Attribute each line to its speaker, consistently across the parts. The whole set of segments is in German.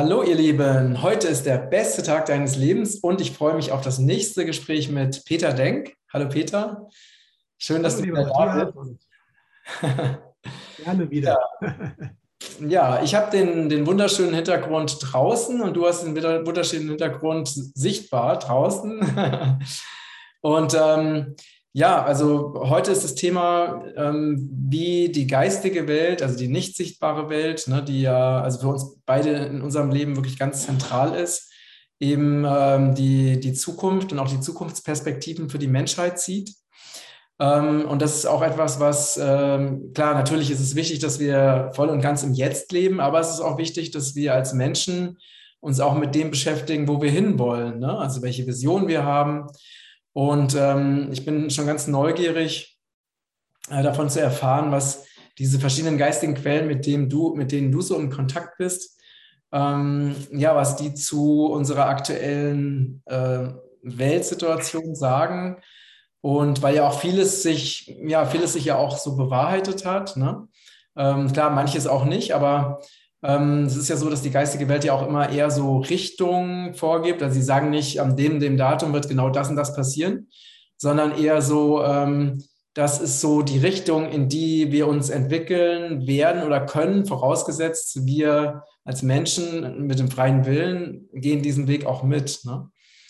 Speaker 1: Hallo ihr Lieben, heute ist der beste Tag deines Lebens und ich freue mich auf das nächste Gespräch mit Peter Denk. Hallo Peter, schön, dass
Speaker 2: Hallo,
Speaker 1: du
Speaker 2: lieber
Speaker 1: wieder da
Speaker 2: Matthias, und
Speaker 1: bist.
Speaker 2: gerne
Speaker 1: Ja,
Speaker 2: wieder.
Speaker 1: ja, ich habe den wunderschönen Hintergrund draußen und du hast den wunderschönen Hintergrund sichtbar draußen. Und ja, also heute ist das Thema, wie die geistige Welt, also die nicht sichtbare Welt, ne, die ja also für uns beide in unserem Leben wirklich ganz zentral ist, eben die Zukunft und auch die Zukunftsperspektiven für die Menschheit sieht. Und das ist auch etwas, was, klar, natürlich ist es wichtig, dass wir voll und ganz im Jetzt leben, aber es ist auch wichtig, dass wir als Menschen uns auch mit dem beschäftigen, wo wir hinwollen, ne? Also welche Vision wir haben. Und ich bin schon ganz neugierig, davon zu erfahren, was diese verschiedenen geistigen Quellen, mit denen du so in Kontakt bist, ja, was die zu unserer aktuellen Weltsituation sagen. Und weil ja auch vieles sich ja auch so bewahrheitet hat, ne? Klar, manches auch nicht, aber es ist ja so, dass die geistige Welt ja auch immer eher so Richtungen vorgibt. Also sie sagen nicht, am dem Datum wird genau das und das passieren, sondern eher so, das ist so die Richtung, in die wir uns entwickeln werden oder können, vorausgesetzt, wir als Menschen mit dem freien Willen gehen diesen Weg auch mit, ne?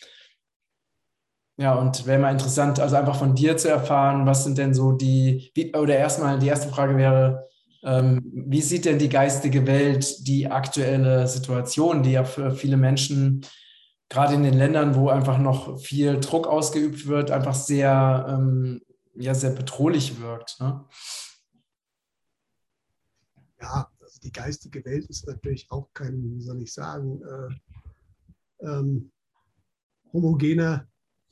Speaker 1: Ja, und wäre mal interessant, also einfach von dir zu erfahren, was sind denn so oder erstmal die erste Frage wäre, wie sieht denn die geistige Welt die aktuelle Situation, die ja für viele Menschen, gerade in den Ländern, wo einfach noch viel Druck ausgeübt wird, einfach ja, sehr bedrohlich wirkt, ne?
Speaker 2: Ja, also die geistige Welt ist natürlich auch kein, wie soll ich sagen, ähm, homogener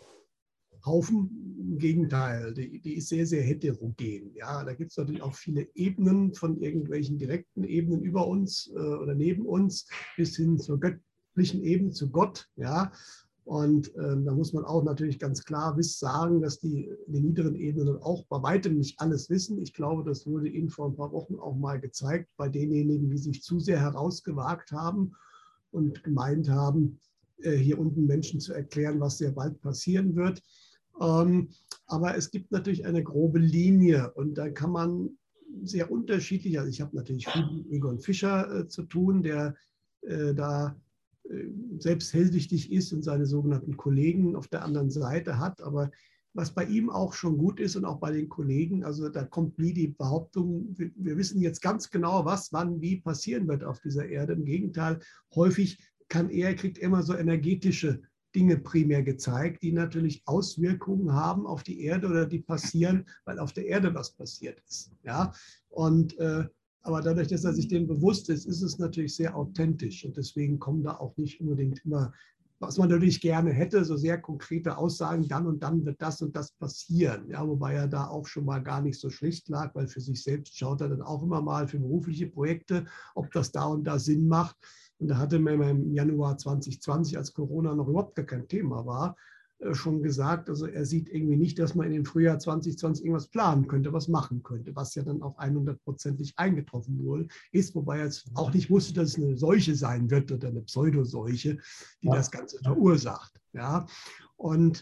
Speaker 2: Haufen. Im Gegenteil, die ist sehr, sehr heterogen. Ja, da gibt es natürlich auch viele Ebenen, von irgendwelchen direkten Ebenen über uns oder neben uns bis hin zur göttlichen Ebene, zu Gott. Ja, und da muss man auch natürlich ganz klar sagen, dass die in den niederen Ebenen auch bei weitem nicht alles wissen. Ich glaube, das wurde Ihnen vor ein paar Wochen auch mal gezeigt, bei denjenigen, die sich zu sehr herausgewagt haben und gemeint haben, hier unten Menschen zu erklären, was sehr bald passieren wird. Ähm, aber es gibt natürlich eine grobe Linie und da kann man sehr unterschiedlich, also ich habe natürlich viel mit Egon Fischer zu tun, der da selbst hellsichtig ist und seine sogenannten Kollegen auf der anderen Seite hat. Aber was bei ihm auch schon gut ist und auch bei den Kollegen, also da kommt nie die Behauptung, wir wissen jetzt ganz genau, was, wann, wie passieren wird auf dieser Erde. Im Gegenteil, häufig kriegt er immer so energetische Dinge primär gezeigt, die natürlich Auswirkungen haben auf die Erde oder die passieren, weil auf der Erde was passiert ist. Ja? Und aber dadurch, dass er sich dem bewusst ist, ist es natürlich sehr authentisch und deswegen kommen da auch nicht unbedingt immer, was man natürlich gerne hätte, so sehr konkrete Aussagen, dann und dann wird das und das passieren. Ja, wobei er da auch schon mal gar nicht so schlecht lag, weil für sich selbst schaut er dann auch immer mal für berufliche Projekte, ob das da und da Sinn macht. Und da hatte mir im Januar 2020, als Corona noch überhaupt gar kein Thema war, schon gesagt, also er sieht irgendwie nicht, dass man in dem Frühjahr 2020 irgendwas planen könnte, was machen könnte, was ja dann auch 100%ig eingetroffen wurde, ist, wobei er jetzt auch nicht wusste, dass es eine Seuche sein wird oder eine Pseudoseuche, die
Speaker 1: Ja.
Speaker 2: das Ganze verursacht. Ja, und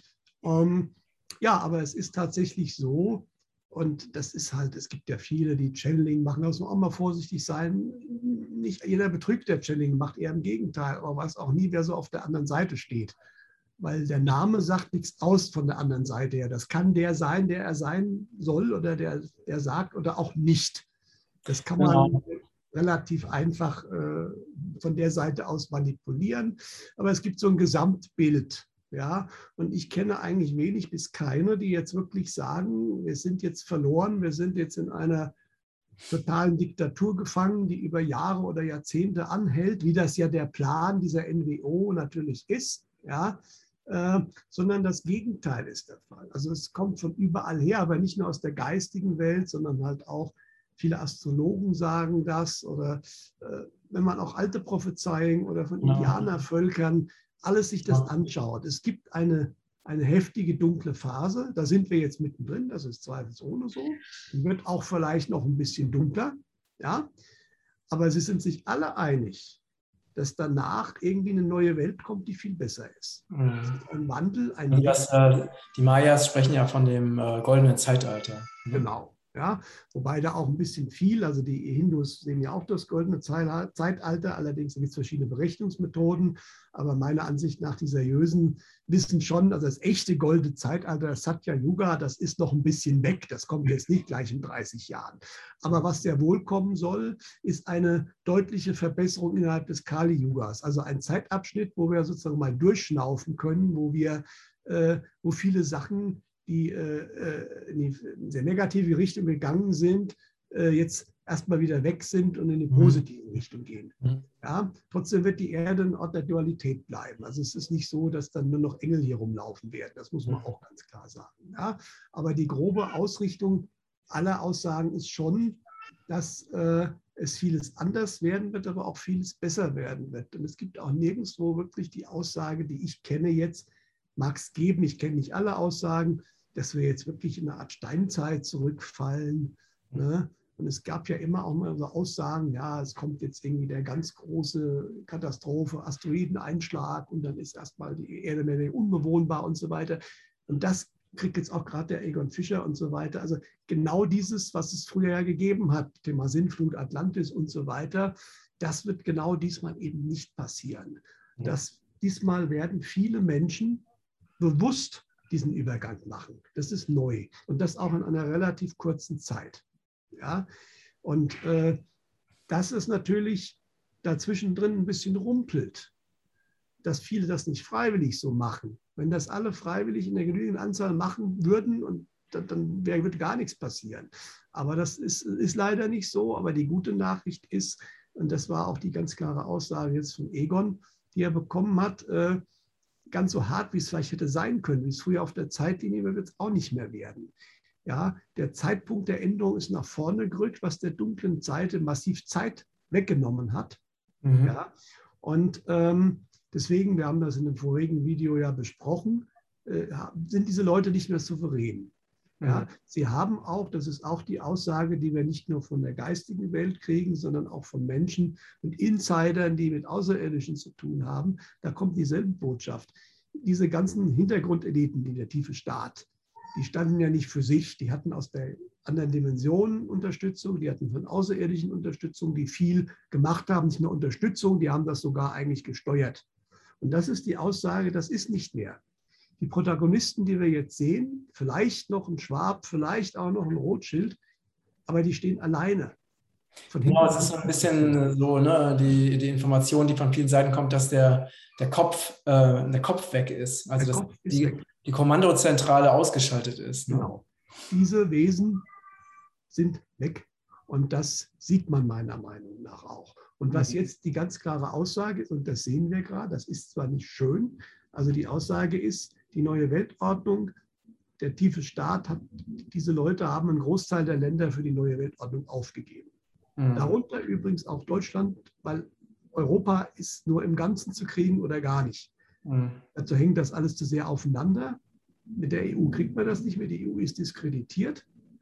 Speaker 2: ja, aber es ist tatsächlich so, und das ist halt, es gibt ja viele, die Channeling machen, da muss man auch mal vorsichtig sein. Nicht jeder betrügt, der Channeling macht, eher im Gegenteil, aber weiß auch nie, wer so auf der anderen Seite steht. Weil der Name sagt nichts aus von der anderen Seite her. Das kann der sein, der er sein soll oder der sagt oder auch nicht. Das kann man
Speaker 1: Genau.
Speaker 2: relativ einfach von der Seite aus manipulieren. Aber es gibt so ein Gesamtbild. Ja, und ich kenne eigentlich wenig bis keine, die jetzt wirklich sagen, wir sind jetzt verloren, wir sind jetzt in einer totalen Diktatur gefangen, die über Jahre oder Jahrzehnte anhält, wie das ja der Plan dieser NWO natürlich ist, ja, sondern das Gegenteil ist der Fall. Also es kommt von überall her, aber nicht nur aus der geistigen Welt, sondern halt auch viele Astrologen sagen das oder wenn man auch alte Prophezeiungen oder von
Speaker 1: Genau.
Speaker 2: Indianervölkern alles sich das anschaut. Es gibt eine heftige dunkle Phase, da sind wir jetzt mittendrin, das ist zweifelsohne so. Die wird auch vielleicht noch ein bisschen dunkler, ja, aber sie sind sich alle einig, dass danach irgendwie eine neue Welt kommt, die viel besser ist. Das ist ein Wandel, ein
Speaker 1: Und die Mayas sprechen ja von dem goldenen Zeitalter.
Speaker 2: Genau, ja. Wobei da auch ein bisschen viel, also die Hindus sehen ja auch das goldene Zeitalter, allerdings gibt es verschiedene Berechnungsmethoden, aber meiner Ansicht nach, die Seriösen wissen schon, also das echte goldene Zeitalter, das Satya Yuga, das ist noch ein bisschen weg, das kommt jetzt nicht gleich in 30 Jahren. Aber was sehr wohl kommen soll, ist eine deutliche Verbesserung innerhalb des Kali Yugas, also ein Zeitabschnitt, wo wir sozusagen mal durchschnaufen können, wo viele Sachen, die in die sehr negative Richtung gegangen sind, jetzt erstmal wieder weg sind und in die positive Richtung gehen. Ja, trotzdem wird die Erde ein Ort der Dualität bleiben. Also es ist nicht so, dass dann nur noch Engel hier rumlaufen werden. Das muss man auch ganz klar sagen. Ja, aber die grobe Ausrichtung aller Aussagen ist schon, dass es vieles anders werden wird, aber auch vieles besser werden wird. Und es gibt auch nirgendwo wirklich die Aussage, die ich kenne jetzt, mag es geben, ich kenne nicht alle Aussagen, dass wir jetzt wirklich in eine Art Steinzeit zurückfallen. Ne? Und es gab ja immer auch mal so Aussagen, ja, es kommt jetzt irgendwie der ganz große Katastrophe, Asteroideneinschlag und dann ist erstmal die Erde mehr unbewohnbar und so weiter. Und das kriegt jetzt auch gerade der Egon Fischer und so weiter. Also genau dieses, was es früher ja gegeben hat, Thema Sintflut, Atlantis und so weiter, das wird genau diesmal eben nicht passieren. Diesmal werden viele Menschen bewusst diesen Übergang machen. Das ist neu und das auch in einer relativ kurzen Zeit. Ja? Und dass es natürlich dazwischen drin ein bisschen rumpelt, dass viele das nicht freiwillig so machen. Wenn das alle freiwillig in der genügenden Anzahl machen würden, und dann würde gar nichts passieren. Aber das ist leider nicht so. Aber die gute Nachricht ist, und das war auch die ganz klare Aussage jetzt von Egon, die er bekommen hat, ganz so hart, wie es vielleicht hätte sein können, wie es früher auf der Zeitlinie wird es auch nicht mehr werden. Ja, der Zeitpunkt der Änderung ist nach vorne gerückt, was der dunklen Seite massiv Zeit weggenommen hat. Ja, und deswegen, wir haben das in dem vorigen Video ja besprochen, sind diese Leute nicht mehr souverän. Ja, sie haben auch, das ist auch die Aussage, die wir nicht nur von der geistigen Welt kriegen, sondern auch von Menschen und Insidern, die mit Außerirdischen zu tun haben. Da kommt dieselbe Botschaft. Diese ganzen Hintergrundeliten, die der tiefe Staat, die standen ja nicht für sich. Die hatten aus der anderen Dimensionen Unterstützung, die hatten von Außerirdischen Unterstützung, die viel gemacht haben, nicht nur Unterstützung, die haben das sogar eigentlich gesteuert. Und das ist die Aussage, das ist nicht mehr. Die Protagonisten, die wir jetzt sehen, vielleicht noch ein Schwab, vielleicht auch noch ein Rothschild, aber die stehen alleine.
Speaker 1: Genau, es ist so ein bisschen so, ne, die Information, die von vielen Seiten kommt, dass der Kopf weg ist. Also dass die Kommandozentrale ausgeschaltet ist. Ne?
Speaker 2: Genau. Diese Wesen sind weg. Und das sieht man meiner Meinung nach auch. Und was jetzt die ganz klare Aussage ist, und das sehen wir gerade, das ist zwar nicht schön, also die Aussage ist, die neue Weltordnung, der tiefe Staat diese Leute haben einen Großteil der Länder für die neue Weltordnung aufgegeben. Darunter übrigens auch Deutschland, weil Europa ist nur im Ganzen zu kriegen oder gar nicht. Dazu hängt das alles zu sehr aufeinander. Mit der EU kriegt man das nicht mehr, die EU ist diskreditiert.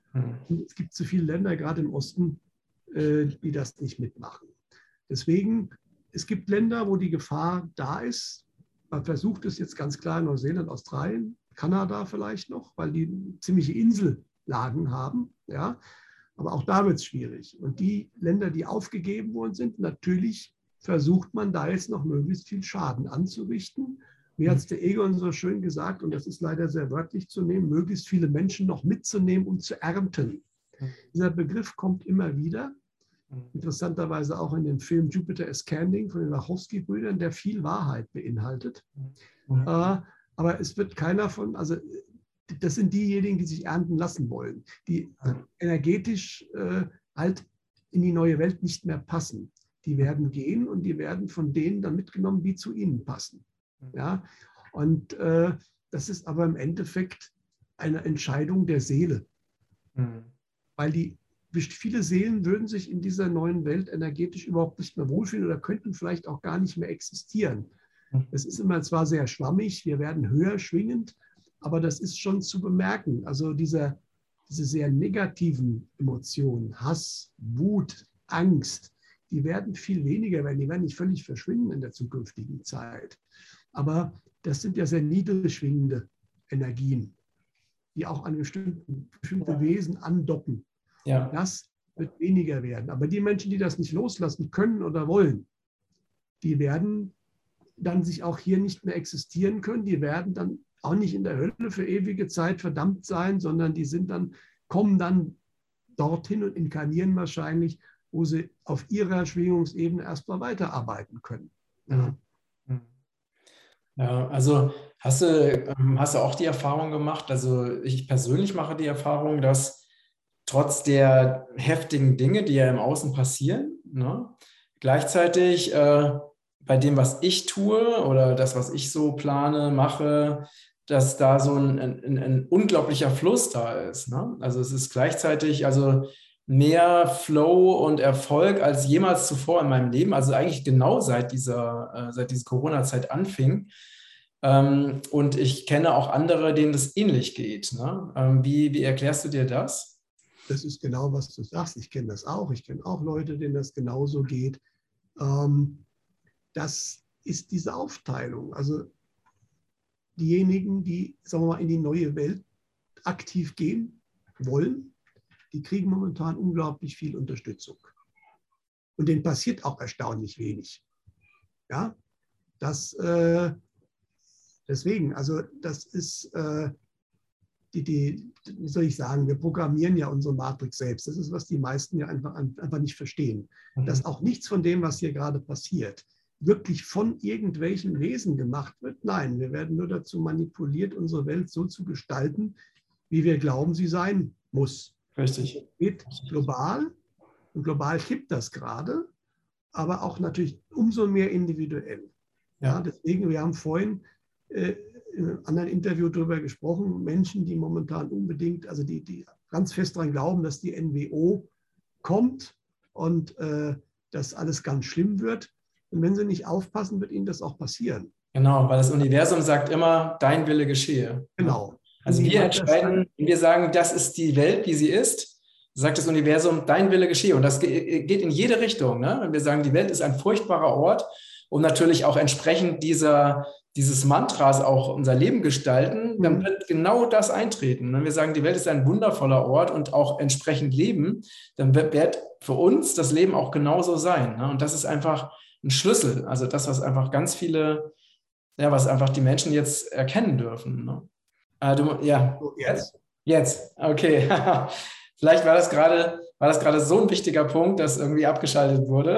Speaker 2: Und es gibt zu viele Länder, gerade im Osten, die das nicht mitmachen. Deswegen, es gibt Länder, wo die Gefahr da ist. Man versucht es jetzt ganz klar in Neuseeland, Australien, Kanada vielleicht noch, weil die ziemliche Insellagen haben. Ja? Aber auch da wird es schwierig. Und die Länder, die aufgegeben worden sind, natürlich versucht man da jetzt noch möglichst viel Schaden anzurichten. Mir hat es der Egon so schön gesagt, und das ist leider sehr wörtlich zu nehmen, möglichst viele Menschen noch mitzunehmen und zu ernten. Dieser Begriff kommt immer wieder. Interessanterweise auch in dem Film Jupiter Ascending von den Wachowski-Brüdern, der viel Wahrheit beinhaltet. Aber es wird keiner von, also das sind diejenigen, die sich ernten lassen wollen, die energetisch halt in die neue Welt nicht mehr passen. Die werden gehen und die werden von denen dann mitgenommen, die zu ihnen passen. Ja? Und das ist aber im Endeffekt eine Entscheidung der Seele. Weil viele Seelen würden sich in dieser neuen Welt energetisch überhaupt nicht mehr wohlfühlen oder könnten vielleicht auch gar nicht mehr existieren. Das ist immer zwar sehr schwammig, wir werden höher schwingend, aber das ist schon zu bemerken. Also diese sehr negativen Emotionen, Hass, Wut, Angst, die werden viel weniger werden, die werden nicht völlig verschwinden in der zukünftigen Zeit. Aber das sind ja sehr niedrig schwingende Energien, die auch an bestimmte Wesen andocken.
Speaker 1: Ja.
Speaker 2: Das wird weniger werden. Aber die Menschen, die das nicht loslassen können oder wollen, die werden dann sich auch hier nicht mehr existieren können. Die werden dann auch nicht in der Hölle für ewige Zeit verdammt sein, sondern die kommen dann dorthin und inkarnieren wahrscheinlich, wo sie auf ihrer Schwingungsebene erstmal weiterarbeiten können. Ja.
Speaker 1: Ja, also hast du auch die Erfahrung gemacht, also ich persönlich mache die Erfahrung, dass trotz der heftigen Dinge, die ja im Außen passieren, ne, gleichzeitig bei dem, was ich tue oder das, was ich so plane, mache, dass da so ein unglaublicher Fluss da ist. Ne? Also es ist gleichzeitig mehr Flow und Erfolg als jemals zuvor in meinem Leben. Also eigentlich genau seit dieser Corona-Zeit anfing. Und ich kenne auch andere, denen das ähnlich geht. Ne? Wie erklärst du dir das?
Speaker 2: Das ist genau, was du sagst. Ich kenne das auch. Ich kenne auch Leute, denen das genauso geht. Das ist diese Aufteilung. Also diejenigen, die, sagen wir mal, in die neue Welt aktiv gehen wollen, die kriegen momentan unglaublich viel Unterstützung. Und denen passiert auch erstaunlich wenig. Ja, deswegen, also das ist, wie soll ich sagen, wir programmieren ja unsere Matrix selbst. Das ist, was die meisten ja einfach nicht verstehen. Dass auch nichts von dem, was hier gerade passiert, wirklich von irgendwelchen Wesen gemacht wird. Nein, wir werden nur dazu manipuliert, unsere Welt so zu gestalten, wie wir glauben, sie sein muss.
Speaker 1: Richtig.
Speaker 2: Es geht global und global kippt das gerade, aber auch natürlich umso mehr individuell. Ja, deswegen, wir haben vorhin in einem anderen Interview darüber gesprochen, Menschen, die momentan unbedingt, also die ganz fest daran glauben, dass die NWO kommt und dass alles ganz schlimm wird. Und wenn sie nicht aufpassen, wird ihnen das auch passieren.
Speaker 1: Genau, weil das Universum sagt immer, dein Wille geschehe.
Speaker 2: Genau.
Speaker 1: Also wir entscheiden, wenn wir sagen, das ist die Welt, wie sie ist, sagt das Universum, dein Wille geschehe. Und das geht in jede Richtung. Ne? Wenn wir sagen, die Welt ist ein furchtbarer Ort und natürlich auch entsprechend dieses Mantras auch unser Leben gestalten, dann wird genau das eintreten. Wenn wir sagen, die Welt ist ein wundervoller Ort und auch entsprechend leben, dann wird für uns das Leben auch genauso sein. Ne? Und das ist einfach ein Schlüssel. Also das, was einfach ganz viele, was einfach die Menschen jetzt erkennen dürfen. Ne? Jetzt. Okay. Vielleicht war das gerade so ein wichtiger Punkt, dass irgendwie abgeschaltet wurde.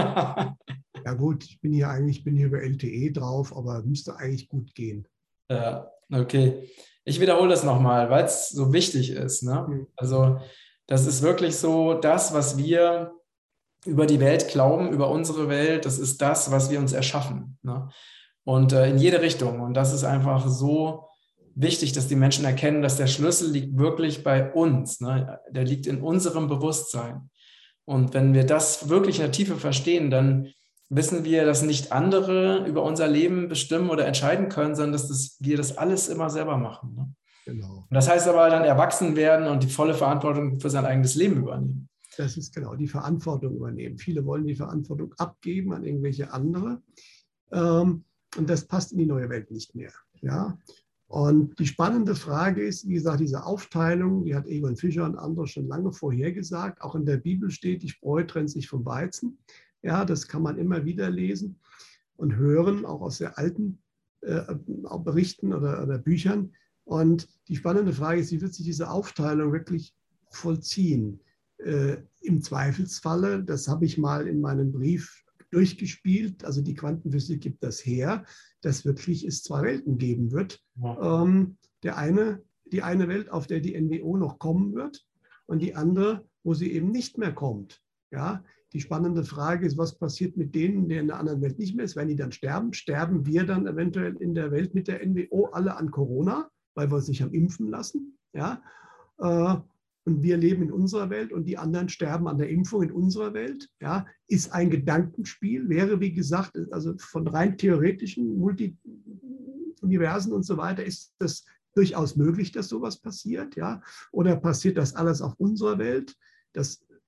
Speaker 2: Ja gut, ich bin hier über LTE drauf, aber müsste eigentlich gut gehen.
Speaker 1: Ja, okay. Ich wiederhole das nochmal, weil es so wichtig ist. Ne? Also das ist wirklich so, das, was wir über die Welt glauben, über unsere Welt, das ist das, was wir uns erschaffen. Ne? Und in jede Richtung. Und das ist einfach so wichtig, dass die Menschen erkennen, dass der Schlüssel liegt wirklich bei uns. Ne? Der liegt in unserem Bewusstsein. Und wenn wir das wirklich in der Tiefe verstehen, dann wissen wir, dass nicht andere über unser Leben bestimmen oder entscheiden können, sondern dass wir das alles immer selber machen. Ne?
Speaker 2: Genau.
Speaker 1: Und das heißt aber dann erwachsen werden und die volle Verantwortung für sein eigenes Leben übernehmen.
Speaker 2: Das ist genau, die Verantwortung übernehmen. Viele wollen die Verantwortung abgeben an irgendwelche andere. Und das passt in die neue Welt nicht mehr. Ja? Und die spannende Frage ist, wie gesagt, diese Aufteilung, die hat Egon Fischer und andere schon lange vorhergesagt. Auch in der Bibel steht, die Spreu trennt sich vom Weizen. Ja, das kann man immer wieder lesen und hören, auch aus sehr alten Berichten oder Büchern. Und die spannende Frage ist, wie wird sich diese Aufteilung wirklich vollziehen? Im Zweifelsfalle, das habe ich mal in meinem Brief durchgespielt, also die Quantenphysik gibt das her, dass wirklich es zwei Welten geben wird. Ja. Die eine Welt, auf der die NWO noch kommen wird und die andere, wo sie eben nicht mehr kommt. Ja? Die spannende Frage ist, was passiert mit denen, die in der anderen Welt nicht mehr ist? Werden die dann sterben? Sterben wir dann eventuell in der Welt mit der NWO alle an Corona, weil wir uns nicht haben impfen lassen? Ja? Und wir leben in unserer Welt und die anderen sterben an der Impfung in unserer Welt, ja, ist ein Gedankenspiel, wäre, wie gesagt, also von rein theoretischen Multiuniversen und so weiter, ist das durchaus möglich, dass sowas passiert, ja, oder passiert das alles auf unserer Welt? Das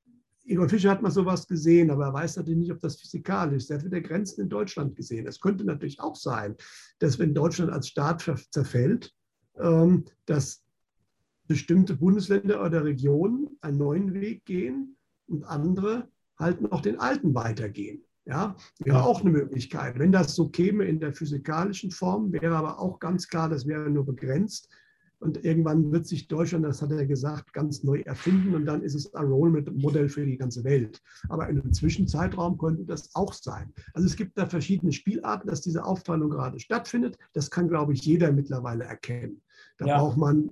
Speaker 2: Egon Fischer hat mal sowas gesehen, aber er weiß natürlich nicht, ob das physikalisch ist. Er hat wieder Grenzen in Deutschland gesehen. Es könnte natürlich auch sein, dass wenn Deutschland als Staat zerfällt, dass bestimmte Bundesländer oder Regionen einen neuen Weg gehen und andere halt noch den alten weitergehen. Ja, wäre auch eine Möglichkeit. Wenn das so käme in der physikalischen Form, wäre aber auch ganz klar, das wäre nur begrenzt. Und irgendwann wird sich Deutschland, das hat er gesagt, ganz neu erfinden und dann ist es ein Role-Modell für die ganze Welt. Aber in einem Zwischenzeitraum könnte das auch sein. Also es gibt da verschiedene Spielarten, dass diese Aufteilung gerade stattfindet. Das kann, glaube ich, jeder mittlerweile erkennen. Da braucht man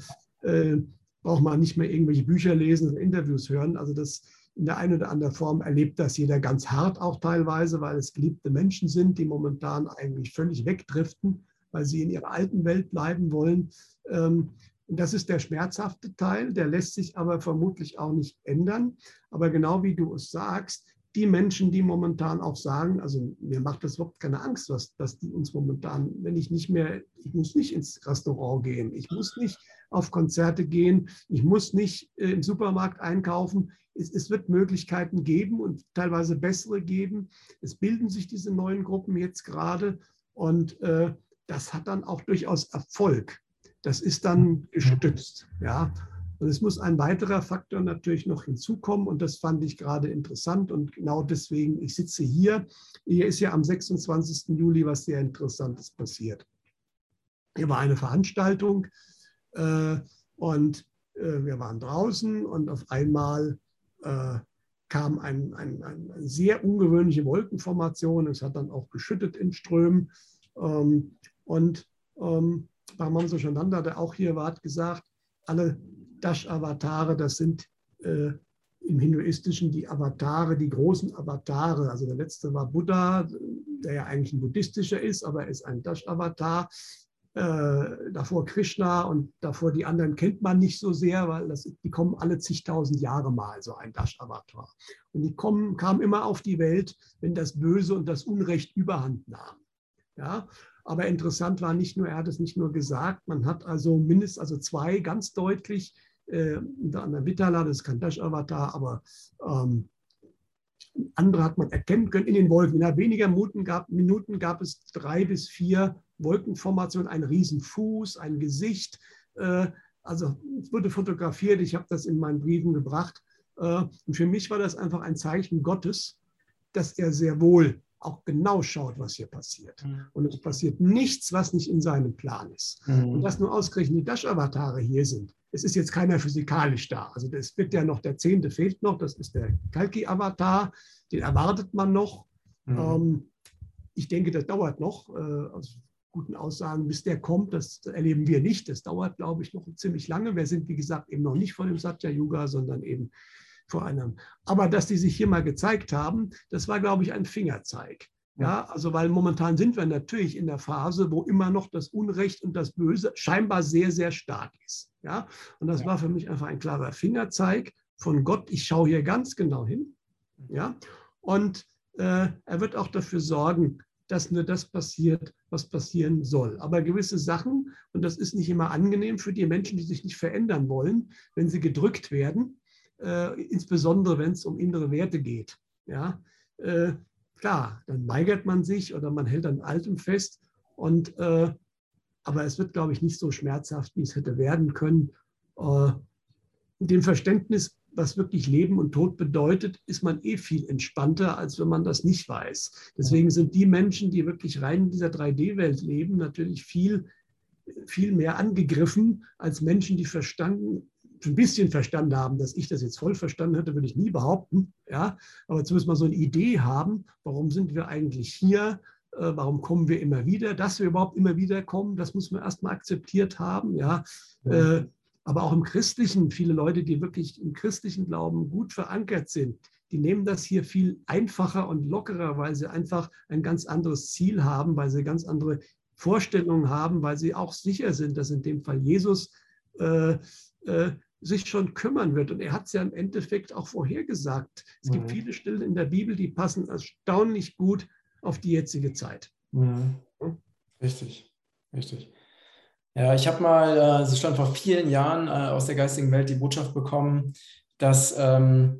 Speaker 2: nicht mehr irgendwelche Bücher lesen und Interviews hören. Also das in der einen oder anderen Form erlebt das jeder ganz hart auch teilweise, weil es geliebte Menschen sind, die momentan eigentlich völlig wegdriften, weil sie in ihrer alten Welt bleiben wollen. Und das ist der schmerzhafte Teil, der lässt sich aber vermutlich auch nicht ändern. Aber genau wie du es sagst, die Menschen, die momentan auch sagen, also mir macht das überhaupt keine Angst, dass die uns momentan, wenn ich muss nicht ins Restaurant gehen, ich muss nicht auf Konzerte gehen, ich muss nicht im Supermarkt einkaufen. Es wird Möglichkeiten geben und teilweise bessere geben. Es bilden sich diese neuen Gruppen jetzt gerade und das hat dann auch durchaus Erfolg. Das ist dann gestützt. Ja. Und es muss ein weiterer Faktor natürlich noch hinzukommen und das fand ich gerade interessant und genau deswegen, ich sitze hier. Hier ist ja am 26. Juli was sehr Interessantes passiert. Hier war eine Veranstaltung und wir waren draußen und auf einmal kam eine sehr ungewöhnliche Wolkenformation. Es hat dann auch geschüttet in Strömen. Und Paramahansa Yogananda, der auch hier war, hat gesagt, alle Dash-Avatare, das sind im Hinduistischen die Avatare, die großen Avatare. Also der letzte war Buddha, der ja eigentlich ein buddhistischer ist, aber er ist ein Dash-Avatar. Davor Krishna und davor die anderen kennt man nicht so sehr, weil die kommen alle zigtausend Jahre mal, so ein Dash-Avatar. Und die kamen immer auf die Welt, wenn das Böse und das Unrecht überhand nahm. Ja? Aber interessant war nicht nur, er hat es nicht nur gesagt, man hat also mindestens zwei ganz deutlich, unter anderem Vittala, das ist kein Dash-Avatar, aber andere hat man erkennen können in den Wolken. Innerhalb weniger Minuten gab es 3 bis 4 Wolkenformationen, ein Riesenfuß, ein Gesicht. Also es wurde fotografiert, ich habe das in meinen Briefen gebracht. Und für mich war das einfach ein Zeichen Gottes, dass er sehr wohl auch genau schaut, was hier passiert. Und es passiert nichts, was nicht in seinem Plan ist. Und dass nur ausgerechnet die Dash-Avatare hier sind, es ist jetzt keiner physikalisch da. Also das wird ja noch, der 10. fehlt noch, das ist der Kalki-Avatar, den erwartet man noch. Ich denke, das dauert noch, aus guten Aussagen, bis der kommt, das erleben wir nicht. Das dauert, glaube ich, noch ziemlich lange. Wir sind, wie gesagt, eben noch nicht vor dem Satya-Yuga, sondern eben vor einem. Aber dass die sich hier mal gezeigt haben, das war, glaube ich, ein Fingerzeig. Ja, also weil momentan sind wir natürlich in der Phase, wo immer noch das Unrecht und das Böse scheinbar sehr, sehr stark ist. Ja, und das war für mich einfach ein klarer Fingerzeig von Gott. Ich schaue hier ganz genau hin. Ja, und er wird auch dafür sorgen, dass nur das passiert, was passieren soll. Aber gewisse Sachen, und das ist nicht immer angenehm für die Menschen, die sich nicht verändern wollen, wenn sie gedrückt werden, insbesondere wenn es um innere Werte geht. Ja, klar, dann weigert man sich oder man hält an Altem fest. Aber es wird, glaube ich, nicht so schmerzhaft, wie es hätte werden können. Mit dem Verständnis, was wirklich Leben und Tod bedeutet, ist man viel entspannter, als wenn man das nicht weiß. Deswegen sind die Menschen, die wirklich rein in dieser 3D-Welt leben, natürlich viel, viel mehr angegriffen als Menschen, die ein bisschen verstanden haben. Dass ich das jetzt voll verstanden hätte, würde ich nie behaupten. Ja? Aber zumindest mal so eine Idee haben, warum sind wir eigentlich hier? Warum kommen wir immer wieder? Dass wir überhaupt immer wieder kommen, das muss man erstmal akzeptiert haben. Ja? Aber auch im Christlichen, viele Leute, die wirklich im christlichen Glauben gut verankert sind, die nehmen das hier viel einfacher und lockerer, weil sie einfach ein ganz anderes Ziel haben, weil sie ganz andere Vorstellungen haben, weil sie auch sicher sind, dass in dem Fall Jesus sich schon kümmern wird. Und er hat es ja im Endeffekt auch vorhergesagt. Es gibt viele Stellen in der Bibel, die passen erstaunlich gut auf die jetzige Zeit.
Speaker 1: Richtig, richtig. Ja, ich habe mal, es ist schon vor vielen Jahren aus der geistigen Welt die Botschaft bekommen, dass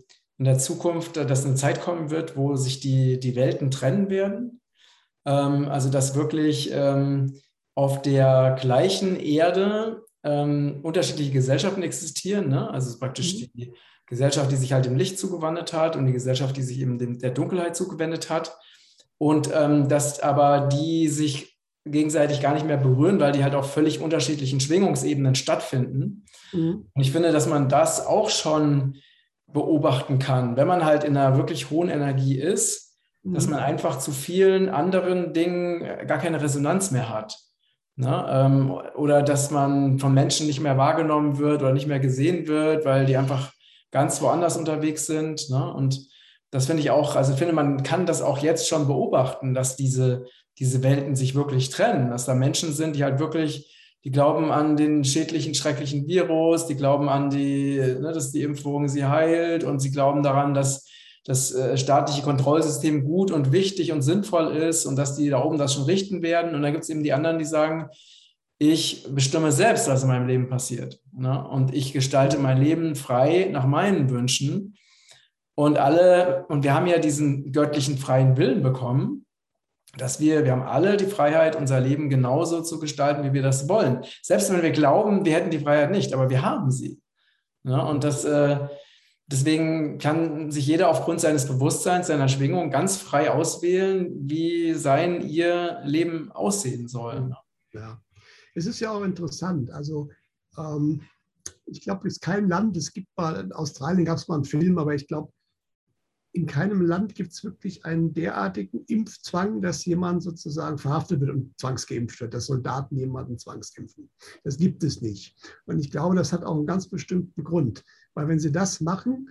Speaker 1: in der Zukunft, dass eine Zeit kommen wird, wo sich die Welten trennen werden. Also dass wirklich auf der gleichen Erde unterschiedliche Gesellschaften existieren. Ne? Also praktisch die Gesellschaft, die sich halt dem Licht zugewandt hat und die Gesellschaft, die sich eben der Dunkelheit zugewendet hat. Und dass aber die sich gegenseitig gar nicht mehr berühren, weil die halt auf völlig unterschiedlichen Schwingungsebenen stattfinden. Und ich finde, dass man das auch schon beobachten kann, wenn man halt in einer wirklich hohen Energie ist, dass man einfach zu vielen anderen Dingen gar keine Resonanz mehr hat. Ne? Oder dass man von Menschen nicht mehr wahrgenommen wird oder nicht mehr gesehen wird, weil die einfach ganz woanders unterwegs sind. Ne? Und das finde ich auch, also ich finde, man kann das auch jetzt schon beobachten, dass diese Welten sich wirklich trennen, dass da Menschen sind, die halt wirklich, die glauben an den schädlichen, schrecklichen Virus, die glauben an dass die Impfung sie heilt und sie glauben daran, dass das staatliche Kontrollsystem gut und wichtig und sinnvoll ist und dass die da oben das schon richten werden. Und dann gibt es eben die anderen, die sagen, ich bestimme selbst, was in meinem Leben passiert. Ne? Und ich gestalte mein Leben frei nach meinen Wünschen. Und wir haben ja diesen göttlichen freien Willen bekommen, dass wir haben alle die Freiheit, unser Leben genauso zu gestalten, wie wir das wollen. Selbst wenn wir glauben, wir hätten die Freiheit nicht, aber wir haben sie. Ja, und deswegen kann sich jeder aufgrund seines Bewusstseins, seiner Schwingung ganz frei auswählen, wie ihr Leben aussehen soll.
Speaker 2: Ja, es ist ja auch interessant. Also ich glaube, es ist kein Land, in Australien gab es mal einen Film, aber ich glaube, in keinem Land gibt es wirklich einen derartigen Impfzwang, dass jemand sozusagen verhaftet wird und zwangsgeimpft wird, dass Soldaten jemanden zwangsimpfen. Das gibt es nicht. Und ich glaube, das hat auch einen ganz bestimmten Grund. Weil wenn sie das machen,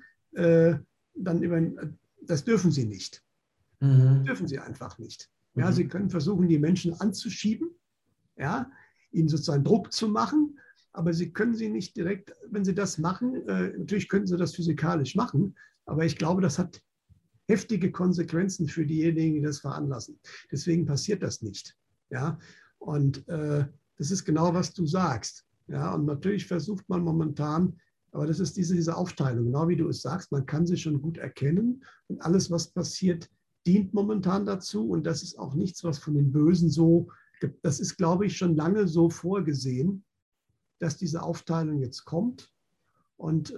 Speaker 2: das dürfen sie nicht. Das dürfen sie einfach nicht. Ja, sie können versuchen, die Menschen anzuschieben, ja, ihnen sozusagen Druck zu machen, aber sie können sie nicht direkt, wenn sie das machen, natürlich können sie das physikalisch machen, aber ich glaube, das hat heftige Konsequenzen für diejenigen, die das veranlassen. Deswegen passiert das nicht. Ja? Und das ist genau, was du sagst. Ja? Und natürlich versucht man momentan, aber das ist diese Aufteilung, genau wie du es sagst, man kann sie schon gut erkennen und alles, was passiert, dient momentan dazu und das ist auch nichts, was von den Bösen so, das ist, glaube ich, schon lange so vorgesehen, dass diese Aufteilung jetzt kommt und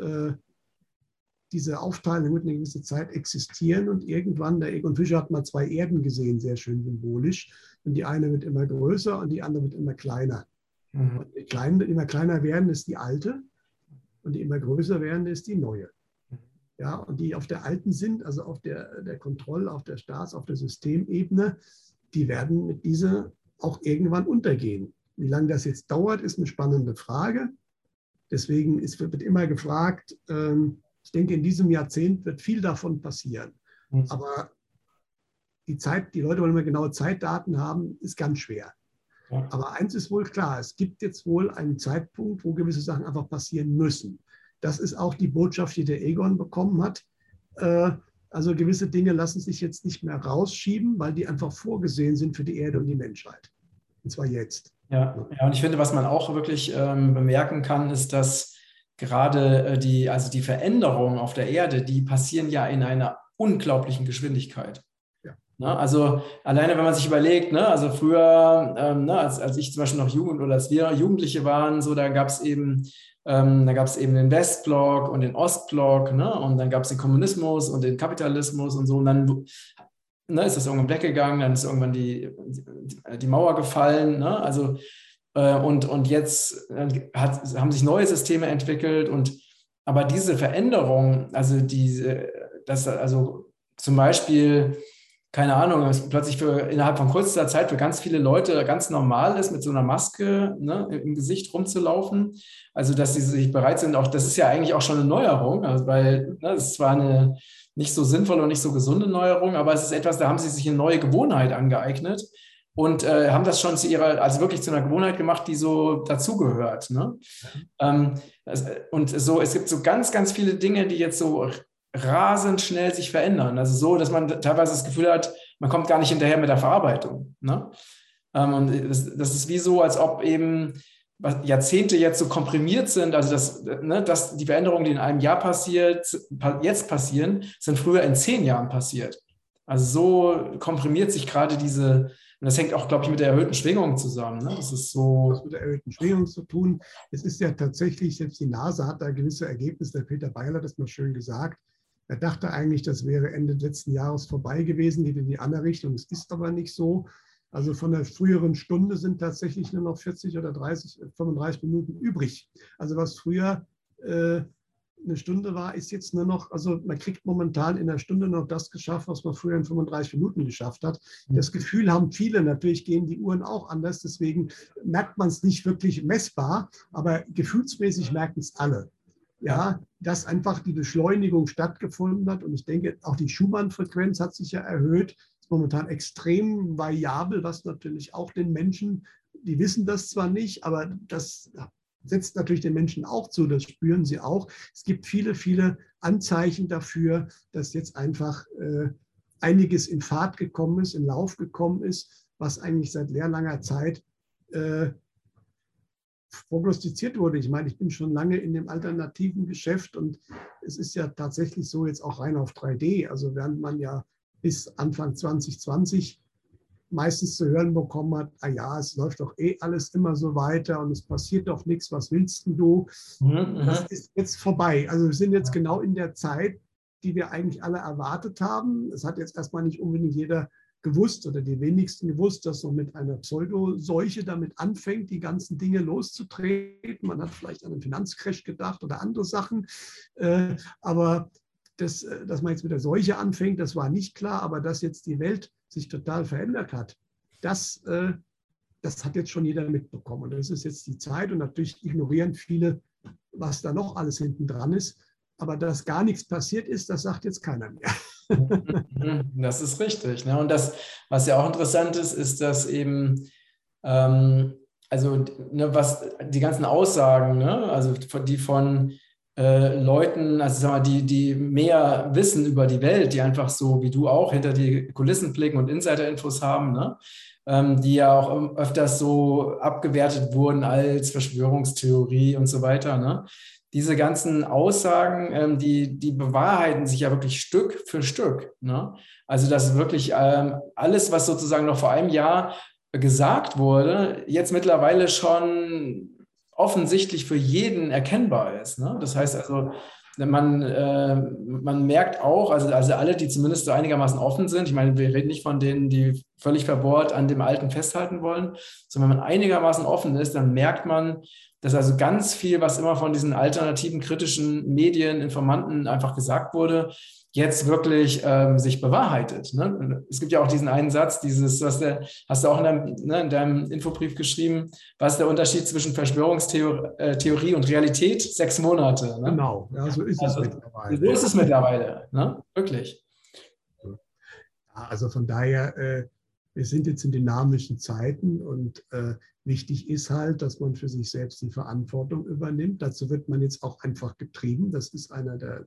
Speaker 2: diese Aufteilung wird eine gewisse Zeit existieren und irgendwann, der Egon Fischer hat mal 2 Erden gesehen, sehr schön symbolisch. Und die eine wird immer größer und die andere wird immer kleiner. Und die immer kleiner werden, ist die alte und die immer größer werden, ist die neue. Ja, und die auf der alten sind, also auf der Kontroll-, auf der Staats-, auf der Systemebene, die werden mit dieser auch irgendwann untergehen. Wie lange das jetzt dauert, ist eine spannende Frage. Deswegen wird immer gefragt, ich denke, in diesem Jahrzehnt wird viel davon passieren. Aber die Leute wollen immer genaue Zeitdaten haben, ist ganz schwer. Ja. Aber eins ist wohl klar, es gibt jetzt wohl einen Zeitpunkt, wo gewisse Sachen einfach passieren müssen. Das ist auch die Botschaft, die der Egon bekommen hat. Also gewisse Dinge lassen sich jetzt nicht mehr rausschieben, weil die einfach vorgesehen sind für die Erde und die Menschheit. Und zwar jetzt.
Speaker 1: Ja, und ich finde, was man auch wirklich bemerken kann, ist, dass gerade die Veränderungen auf der Erde, die passieren ja in einer unglaublichen Geschwindigkeit. Ja. Ne? Also alleine, wenn man sich überlegt, ne, also früher, als ich zum Beispiel noch als wir Jugendliche waren, so, da gab es eben den Westblock und den Ostblock, ne, und dann gab es den Kommunismus und den Kapitalismus und so, und dann ist das irgendwann weggegangen, dann ist irgendwann die Mauer gefallen, ne, also und jetzt haben sich neue Systeme entwickelt aber diese Veränderung, also zum Beispiel, keine Ahnung, es plötzlich innerhalb von kurzer Zeit für ganz viele Leute ganz normal ist, mit so einer Maske, ne, im Gesicht rumzulaufen, also dass sie sich bereit sind, auch das ist ja eigentlich auch schon eine Neuerung, also weil es ist zwar eine nicht so sinnvolle und nicht so gesunde Neuerung, aber es ist etwas, da haben sie sich eine neue Gewohnheit angeeignet. Und haben das schon wirklich zu einer Gewohnheit gemacht, die so dazugehört. Ne? Und so, es gibt so ganz, ganz viele Dinge, die jetzt so rasend schnell sich verändern. Also so, dass man teilweise das Gefühl hat, man kommt gar nicht hinterher mit der Verarbeitung. Ne? Und das ist wie so, als ob eben Jahrzehnte jetzt so komprimiert sind, also dass die Veränderungen, die in einem Jahr jetzt passieren, sind früher in 10 Jahren passiert. Also so komprimiert sich gerade und das hängt auch, glaube ich, mit der erhöhten Schwingung zusammen. Ne? Das ist so.
Speaker 2: Was mit der erhöhten Schwingung zu tun. Es ist ja tatsächlich, selbst die NASA hat da gewisse Ergebnisse, der Peter Beil hat das mal schön gesagt. Er dachte eigentlich, das wäre Ende letzten Jahres vorbei gewesen, geht in die andere Richtung. Es ist aber nicht so. Also von der früheren Stunde sind tatsächlich nur noch 40 oder 30, 35 Minuten übrig. Also was früher eine Stunde war, ist jetzt nur noch, also man kriegt momentan in einer Stunde noch das geschafft, was man früher in 35 Minuten geschafft hat. Das Gefühl haben viele, natürlich gehen die Uhren auch anders, deswegen merkt man es nicht wirklich messbar, aber gefühlsmäßig merken es alle. Ja, dass einfach die Beschleunigung stattgefunden hat und ich denke, auch die Schumann-Frequenz hat sich ja erhöht, ist momentan extrem variabel, was natürlich auch den Menschen, die wissen das zwar nicht, aber das setzt natürlich den Menschen auch zu, das spüren sie auch. Es gibt viele, viele Anzeichen dafür, dass jetzt einfach einiges in Fahrt gekommen ist, in Lauf gekommen ist, was eigentlich seit sehr langer Zeit prognostiziert wurde. Ich meine, ich bin schon lange in dem alternativen Geschäft und es ist ja tatsächlich so jetzt auch rein auf 3D. Also während man ja bis Anfang 2020 meistens zu hören bekommen hat, ah ja, es läuft doch eh alles immer so weiter und es passiert doch nichts, was willst du? Das ist jetzt vorbei. Also wir sind jetzt genau in der Zeit, die wir eigentlich alle erwartet haben. Es hat jetzt erstmal nicht unbedingt jeder gewusst oder die wenigsten gewusst, dass man mit einer Pseudoseuche damit anfängt, die ganzen Dinge loszutreten. Man hat vielleicht an einen Finanzcrash gedacht oder andere Sachen. Aber dass man jetzt mit der Seuche anfängt, das war nicht klar. Aber dass jetzt die Welt sich total verändert hat, das hat jetzt schon jeder mitbekommen. Und das ist jetzt die Zeit. Und natürlich ignorieren viele, was da noch alles hinten dran ist. Aber dass gar nichts passiert ist, das sagt jetzt keiner mehr.
Speaker 1: Das ist richtig. Ne? Und das, was ja auch interessant ist, ist, dass eben, was die ganzen Aussagen, ne? Also die von Leuten, also sag mal, die mehr wissen über die Welt, die einfach so wie du auch hinter die Kulissen blicken und Insider-Infos haben, ne? Die ja auch öfters so abgewertet wurden als Verschwörungstheorie und so weiter, ne? Diese ganzen Aussagen, die bewahrheiten sich ja wirklich Stück für Stück. Ne? Also dass wirklich alles, was sozusagen noch vor einem Jahr gesagt wurde, jetzt mittlerweile schon offensichtlich für jeden erkennbar ist. Ne? Das heißt also, man merkt auch, also alle, die zumindest so einigermaßen offen sind, ich meine, wir reden nicht von denen, die völlig verbohrt an dem Alten festhalten wollen, sondern wenn man einigermaßen offen ist, dann merkt man, dass also ganz viel, was immer von diesen alternativen kritischen Medien, Informanten einfach gesagt wurde, jetzt wirklich sich bewahrheitet. Ne? Es gibt ja auch diesen einen Satz, hast du auch in deinem Infobrief geschrieben, was ist der Unterschied zwischen Verschwörungstheorie und Realität? 6 Monate. Ne?
Speaker 2: Genau, ja, so ist es mittlerweile.
Speaker 1: So ist es mittlerweile, ne? Wirklich.
Speaker 2: Also von daher, wir sind jetzt in dynamischen Zeiten und wichtig ist halt, dass man für sich selbst die Verantwortung übernimmt. Dazu wird man jetzt auch einfach getrieben. Das ist einer der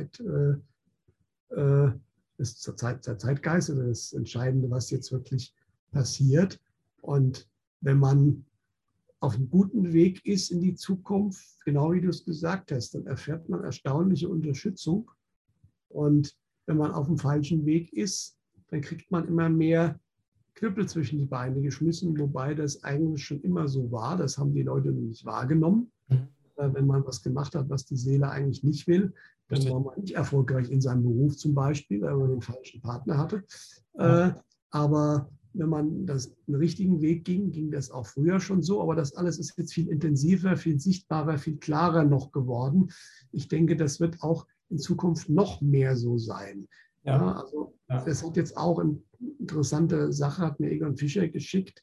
Speaker 2: Zeitgeist oder das Entscheidende, was jetzt wirklich passiert. Und wenn man auf einem guten Weg ist in die Zukunft, genau wie du es gesagt hast, dann erfährt man erstaunliche Unterstützung. Und wenn man auf dem falschen Weg ist, dann kriegt man immer mehr Knüppel zwischen die Beine geschmissen, wobei das eigentlich schon immer so war. Das haben die Leute nicht wahrgenommen. Wenn man was gemacht hat, was die Seele eigentlich nicht will, dann war man nicht erfolgreich in seinem Beruf zum Beispiel, weil man den falschen Partner hatte. Aber wenn man den richtigen Weg ging das auch früher schon so. Aber das alles ist jetzt viel intensiver, viel sichtbarer, viel klarer noch geworden. Ich denke, das wird auch in Zukunft noch mehr so sein. Das hat jetzt auch eine interessante Sache, hat mir Egon Fischer geschickt.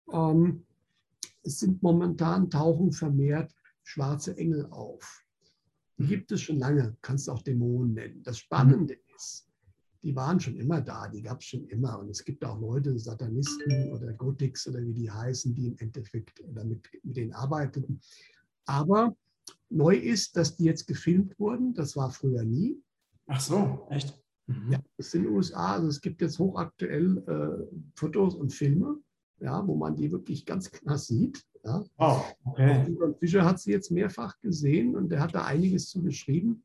Speaker 2: Es sind momentan, tauchen vermehrt schwarze Engel auf. Die gibt es schon lange, kannst du auch Dämonen nennen. Das Spannende ist, die waren schon immer da, die gab es schon immer. Und es gibt auch Leute, Satanisten oder Gothics oder wie die heißen, die im Endeffekt damit mit denen arbeiteten. Aber neu ist, dass die jetzt gefilmt wurden. Das war früher nie.
Speaker 1: Ach so, echt?
Speaker 2: Ja, das sind in den USA. Also es gibt jetzt hochaktuell Fotos und Filme. ja, wo man die wirklich ganz krass sieht. Ja.
Speaker 1: Oh,
Speaker 2: Auch
Speaker 1: okay.
Speaker 2: Egon Fischer hat sie jetzt mehrfach gesehen und der hat da einiges zu geschrieben.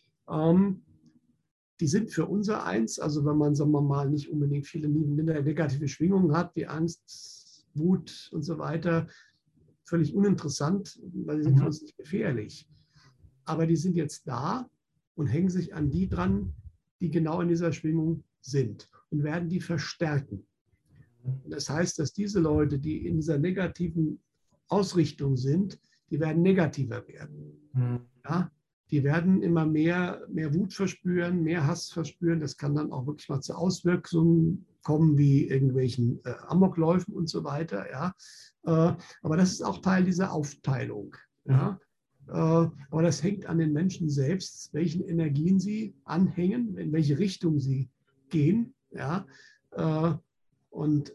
Speaker 2: Die sind für unser Eins, also wenn man, sagen wir mal, nicht unbedingt viele negative Schwingungen hat, wie Angst, Wut und so weiter, völlig uninteressant, weil sie sind für uns nicht gefährlich. Aber die sind jetzt da und hängen sich an die dran, die genau in dieser Schwingung sind und werden die verstärken. Das heißt, dass diese Leute, die in dieser negativen Ausrichtung sind, die werden negativer werden. Ja? Die werden immer mehr Wut verspüren, mehr Hass verspüren. Das kann dann auch wirklich mal zu Auswirkungen kommen, wie irgendwelchen Amokläufen und so weiter. Ja? Aber das ist auch Teil dieser Aufteilung. Ja? Aber das hängt an den Menschen selbst, welchen Energien sie anhängen, in welche Richtung sie gehen. Ja? Und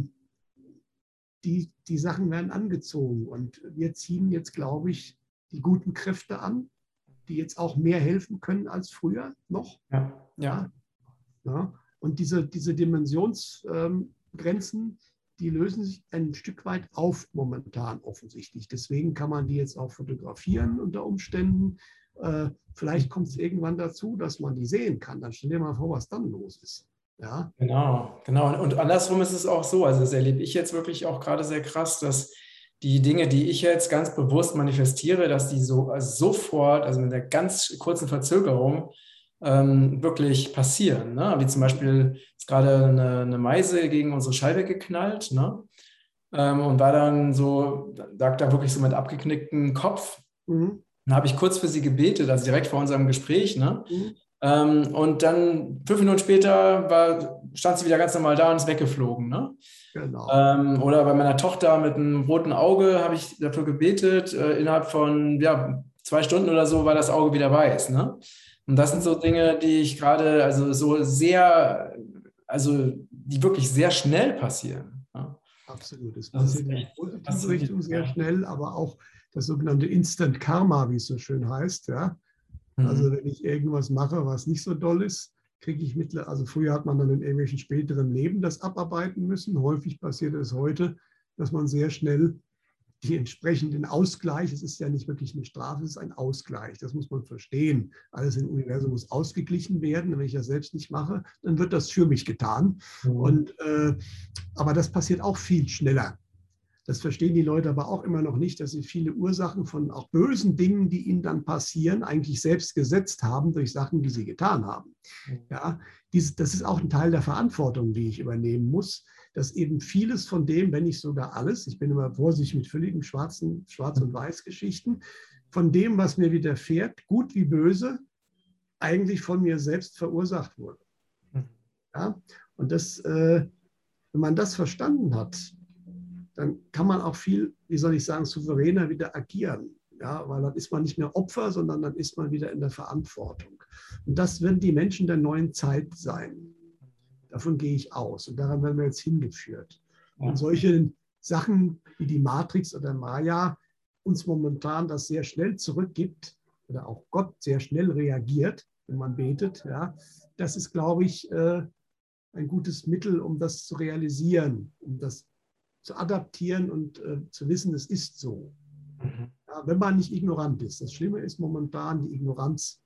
Speaker 2: die Sachen werden angezogen. Und wir ziehen jetzt, glaube ich, die guten Kräfte an, die jetzt auch mehr helfen können als früher noch.
Speaker 1: Ja, ja.
Speaker 2: Ja. Und diese Dimensionsgrenzen, die lösen sich ein Stück weit auf momentan offensichtlich. Deswegen kann man die jetzt auch fotografieren unter Umständen. Vielleicht kommt es irgendwann dazu, dass man die sehen kann. Dann stell dir mal vor, was dann los ist. Ja.
Speaker 1: Genau, genau. Und andersrum ist es auch so, also das erlebe ich jetzt wirklich auch gerade sehr krass, dass die Dinge, die ich jetzt ganz bewusst manifestiere, dass die so also sofort, also mit einer ganz kurzen Verzögerung, wirklich passieren. Ne? Wie zum Beispiel ist gerade eine Meise gegen unsere Scheibe geknallt, ne? Und war dann so, lag da wirklich so mit abgeknicktem Kopf.
Speaker 2: Mhm.
Speaker 1: Dann habe ich kurz für sie gebetet, also direkt vor unserem Gespräch, ne?
Speaker 2: Mhm.
Speaker 1: Und dann 5 Minuten später stand sie wieder ganz normal da und ist weggeflogen. Ne?
Speaker 2: Genau.
Speaker 1: Oder bei meiner Tochter mit einem roten Auge habe ich dafür gebetet. Innerhalb von 2 Stunden oder so war das Auge wieder weiß. Ne? Und das sind so Dinge, die ich gerade, also so sehr, also die wirklich sehr schnell passieren. Ne?
Speaker 2: Absolut. Es
Speaker 1: Das
Speaker 2: passiert
Speaker 1: ist
Speaker 2: in die
Speaker 1: echt
Speaker 2: positive
Speaker 1: faszinierend.
Speaker 2: Richtung sehr
Speaker 1: Ja.
Speaker 2: schnell, aber auch das sogenannte Instant Karma, wie es so schön heißt. Ja? Also
Speaker 1: Mhm.
Speaker 2: wenn ich irgendwas mache, was nicht so doll ist, kriege ich also früher hat man dann in irgendwelchen späteren Leben das abarbeiten müssen. Häufig passiert es heute, dass man sehr schnell die entsprechenden Ausgleich, es ist ja nicht wirklich eine Strafe, es ist ein Ausgleich, das muss man verstehen. Alles im Universum muss ausgeglichen werden. Wenn ich das selbst nicht mache, dann wird das für mich getan.
Speaker 1: Mhm.
Speaker 2: Und, aber das passiert auch viel schneller. Das verstehen die Leute aber auch immer noch nicht, dass sie viele Ursachen von auch bösen Dingen, die ihnen dann passieren, eigentlich selbst gesetzt haben durch Sachen, die sie getan haben. Ja, das ist auch ein Teil der Verantwortung, die ich übernehmen muss, dass eben vieles von dem, wenn nicht sogar alles, ich bin immer vorsichtig mit völligen Schwarz- und Weiß-Geschichten, von dem, was mir widerfährt, gut wie böse, eigentlich von mir selbst verursacht wurde. Ja? Und wenn man das verstanden hat, dann kann man auch viel, wie soll ich sagen, souveräner wieder agieren. Ja, weil dann ist man nicht mehr Opfer, sondern dann ist man wieder in der Verantwortung. Und das werden die Menschen der neuen Zeit sein. Davon gehe ich aus. Und daran werden wir jetzt hingeführt. Und
Speaker 1: Ja.
Speaker 2: solche Sachen wie die Matrix oder Maya uns momentan das sehr schnell zurückgibt oder auch Gott sehr schnell reagiert, wenn man betet, ja, das ist, glaube ich, ein gutes Mittel, um das zu realisieren, um das zu adaptieren und zu wissen, es ist so.
Speaker 1: Mhm.
Speaker 2: Ja, wenn man nicht ignorant ist. Das Schlimme ist momentan die Ignoranz.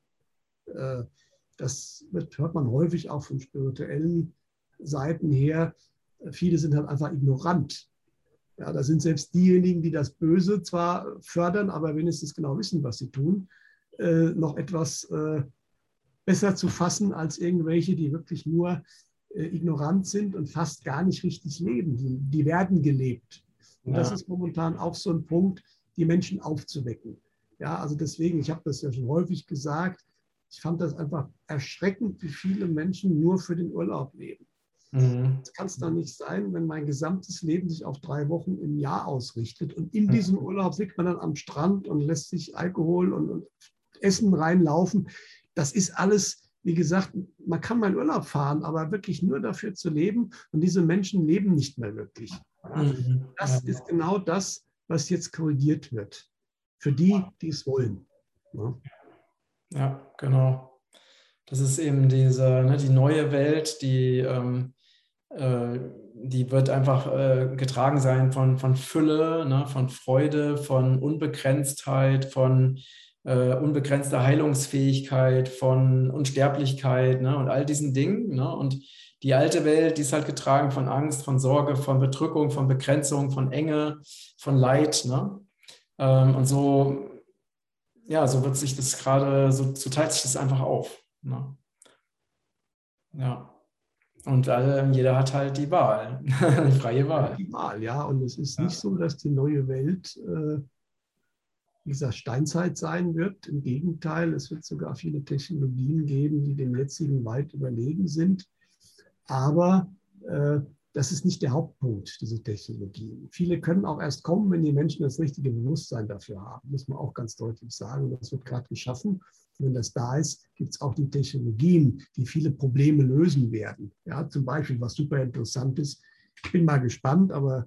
Speaker 2: Das hört man häufig auch von spirituellen Seiten her. Viele sind halt einfach ignorant. Ja, da sind selbst diejenigen, die das Böse zwar fördern, aber wenigstens genau wissen, was sie tun, noch etwas besser zu fassen als irgendwelche, die wirklich nur ignorant sind und fast gar nicht richtig leben. Die werden gelebt. Und das
Speaker 1: Ja.
Speaker 2: ist momentan auch so ein Punkt, die Menschen aufzuwecken. Ja, also deswegen, ich habe das ja schon häufig gesagt, ich fand das einfach erschreckend, wie viele Menschen nur für den Urlaub leben.
Speaker 1: Mhm.
Speaker 2: Das kann es doch nicht sein, wenn mein gesamtes Leben sich auf 3 Wochen im Jahr ausrichtet. Und in diesem Urlaub liegt man dann am Strand und lässt sich Alkohol und Essen reinlaufen. Das ist alles, wie gesagt, man kann mal in Urlaub fahren, aber wirklich nur dafür zu leben. Und diese Menschen leben nicht mehr wirklich. Ja,
Speaker 1: Mhm.
Speaker 2: das
Speaker 1: Ja.
Speaker 2: ist genau das, was jetzt korrigiert wird. Für die, die es wollen. Ja.
Speaker 1: Ja, genau. Das ist eben diese, ne, die neue Welt, die die wird einfach getragen sein von Fülle, ne, von Freude, von Unbegrenztheit, von unbegrenzter Heilungsfähigkeit, von Unsterblichkeit, ne, und all diesen Dingen. Ne? Und die alte Welt, die ist halt getragen von Angst, von Sorge, von Bedrückung, von Begrenzung, von Enge, von Leid. Ne? Und so, ja, so wird sich das gerade, so teilt sich das einfach auf. Ne? Ja. Und jeder hat halt die Wahl, eine freie Wahl.
Speaker 2: Die Wahl, ja. Und es ist nicht so, dass die neue Welt, wie gesagt, Steinzeit sein wird. Im Gegenteil, es wird sogar viele Technologien geben, die dem jetzigen weit überlegen sind. Aber das ist nicht der Hauptpunkt, diese Technologien. Viele können auch erst kommen, wenn die Menschen das richtige Bewusstsein dafür haben, muss man auch ganz deutlich sagen. Das wird gerade geschaffen. Wenn das da ist, gibt es auch die Technologien, die viele Probleme lösen werden. Ja, zum Beispiel, was super interessant ist, ich bin mal gespannt, aber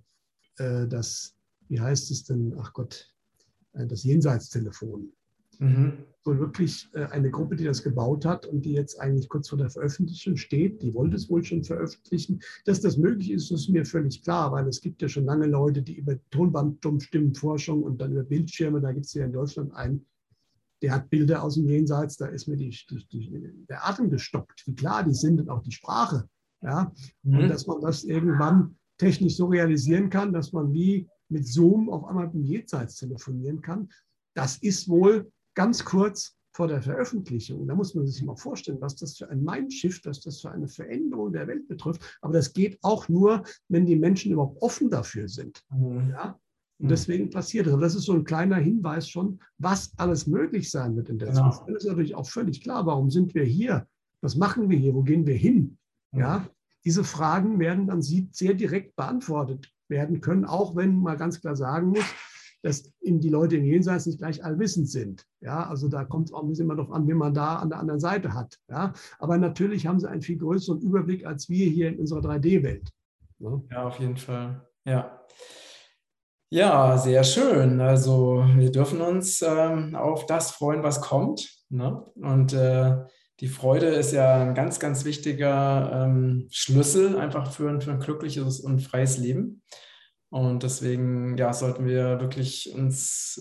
Speaker 2: wie heißt es denn, ach Gott, das Jenseitstelefon. Wohl wirklich eine Gruppe, die das gebaut hat und die jetzt eigentlich kurz vor der Veröffentlichung steht, die wollte es wohl schon veröffentlichen. Dass das möglich ist, ist mir völlig klar, weil es gibt ja schon lange Leute, die über Tonbandstimmenforschung und dann über Bildschirme, da gibt es ja in Deutschland einen, der hat Bilder aus dem Jenseits, da ist mir der Atem gestockt, wie klar die sind und auch die Sprache. Ja? Und dass man das irgendwann technisch so realisieren kann, dass man wie mit Zoom auf einmal mit dem Jenseits telefonieren kann, das ist wohl ganz kurz vor der Veröffentlichung. Da muss man sich mal vorstellen, was das für ein Mindshift, was das für eine Veränderung der Welt betrifft. Aber das geht auch nur, wenn die Menschen überhaupt offen dafür sind. Ja? Und deswegen passiert das. Aber das ist so ein kleiner Hinweis schon, was alles möglich sein wird in der Zukunft. Dann ist natürlich auch völlig klar, warum sind wir hier? Was machen wir hier? Wo gehen wir hin? Ja? Diese Fragen werden dann sehr direkt beantwortet werden können, auch wenn man ganz klar sagen muss, dass die Leute im Jenseits nicht gleich allwissend sind. Ja, also da kommt es auch ein bisschen immer darauf an, wen man da an der anderen Seite hat. Ja, aber natürlich haben sie einen viel größeren Überblick als wir hier in unserer 3D-Welt. Ja?
Speaker 1: Ja, auf jeden Fall. Ja. Ja, sehr schön. Also wir dürfen uns auf das freuen, was kommt. Ne? Und die Freude ist ja ein ganz, ganz wichtiger Schlüssel einfach für ein glückliches und freies Leben. Und deswegen sollten wir wirklich uns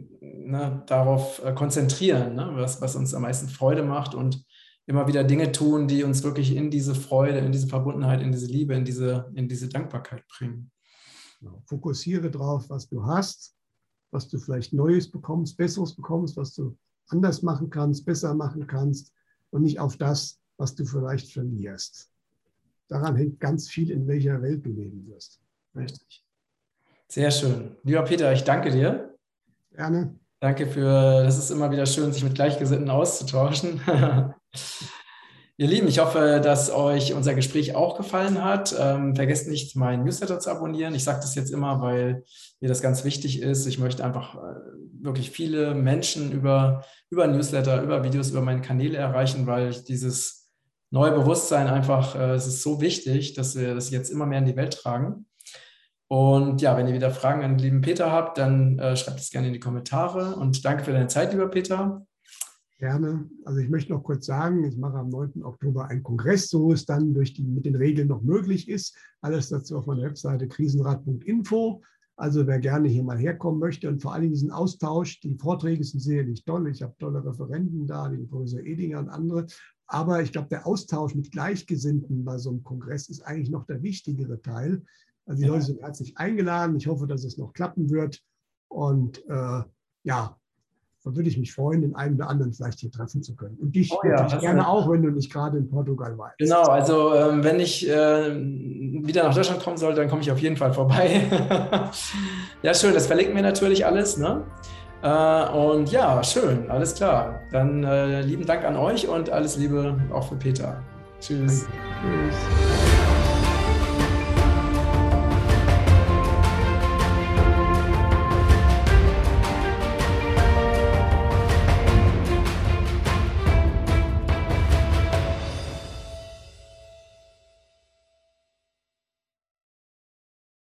Speaker 1: darauf konzentrieren, ne, was uns am meisten Freude macht und immer wieder Dinge tun, die uns wirklich in diese Freude, in diese Verbundenheit, in diese Liebe, in diese Dankbarkeit bringen.
Speaker 2: Fokussiere drauf, was du hast, was du vielleicht Neues bekommst, Besseres bekommst, was du anders machen kannst, besser machen kannst und nicht auf das, was du vielleicht verlierst. Daran hängt ganz viel, in welcher Welt du leben wirst.
Speaker 1: Richtig. Sehr schön. Lieber Peter, ich danke dir.
Speaker 2: Gerne.
Speaker 1: Danke das ist immer wieder schön, sich mit Gleichgesinnten auszutauschen. Ihr Lieben, ich hoffe, dass euch unser Gespräch auch gefallen hat. Vergesst nicht, meinen Newsletter zu abonnieren. Ich sage das jetzt immer, weil mir das ganz wichtig ist. Ich möchte einfach wirklich viele Menschen über Newsletter, über Videos, über meine Kanäle erreichen, weil ich dieses neue Bewusstsein einfach, es ist so wichtig, dass wir das jetzt immer mehr in die Welt tragen. Und ja, wenn ihr wieder Fragen an den lieben Peter habt, dann schreibt es gerne in die Kommentare. Und danke für deine Zeit, lieber Peter.
Speaker 2: Gerne. Also ich möchte noch kurz sagen, ich mache am 9. Oktober einen Kongress, so es dann mit den Regeln noch möglich ist. Alles dazu auf meiner Webseite krisenrat.info. Also wer gerne hier mal herkommen möchte und vor allem diesen Austausch, die Vorträge sind sicherlich toll. Ich habe tolle Referenten da, den Professor Edinger und andere. Aber ich glaube, der Austausch mit Gleichgesinnten bei so einem Kongress ist eigentlich noch der wichtigere Teil. Also die Leute sind herzlich eingeladen. Ich hoffe, dass es noch klappen wird. Und dann würde ich mich freuen, den einen oder anderen vielleicht hier treffen zu können. Und dich natürlich gerne auch, wenn du nicht gerade in Portugal weißt.
Speaker 1: Genau, also wenn ich wieder nach Deutschland kommen sollte, dann komme ich auf jeden Fall vorbei. Ja, schön, das verlinken wir natürlich alles. Ne? Und ja, schön, alles klar. Dann lieben Dank an euch und alles Liebe auch für Peter. Tschüss.
Speaker 2: Danke. Tschüss.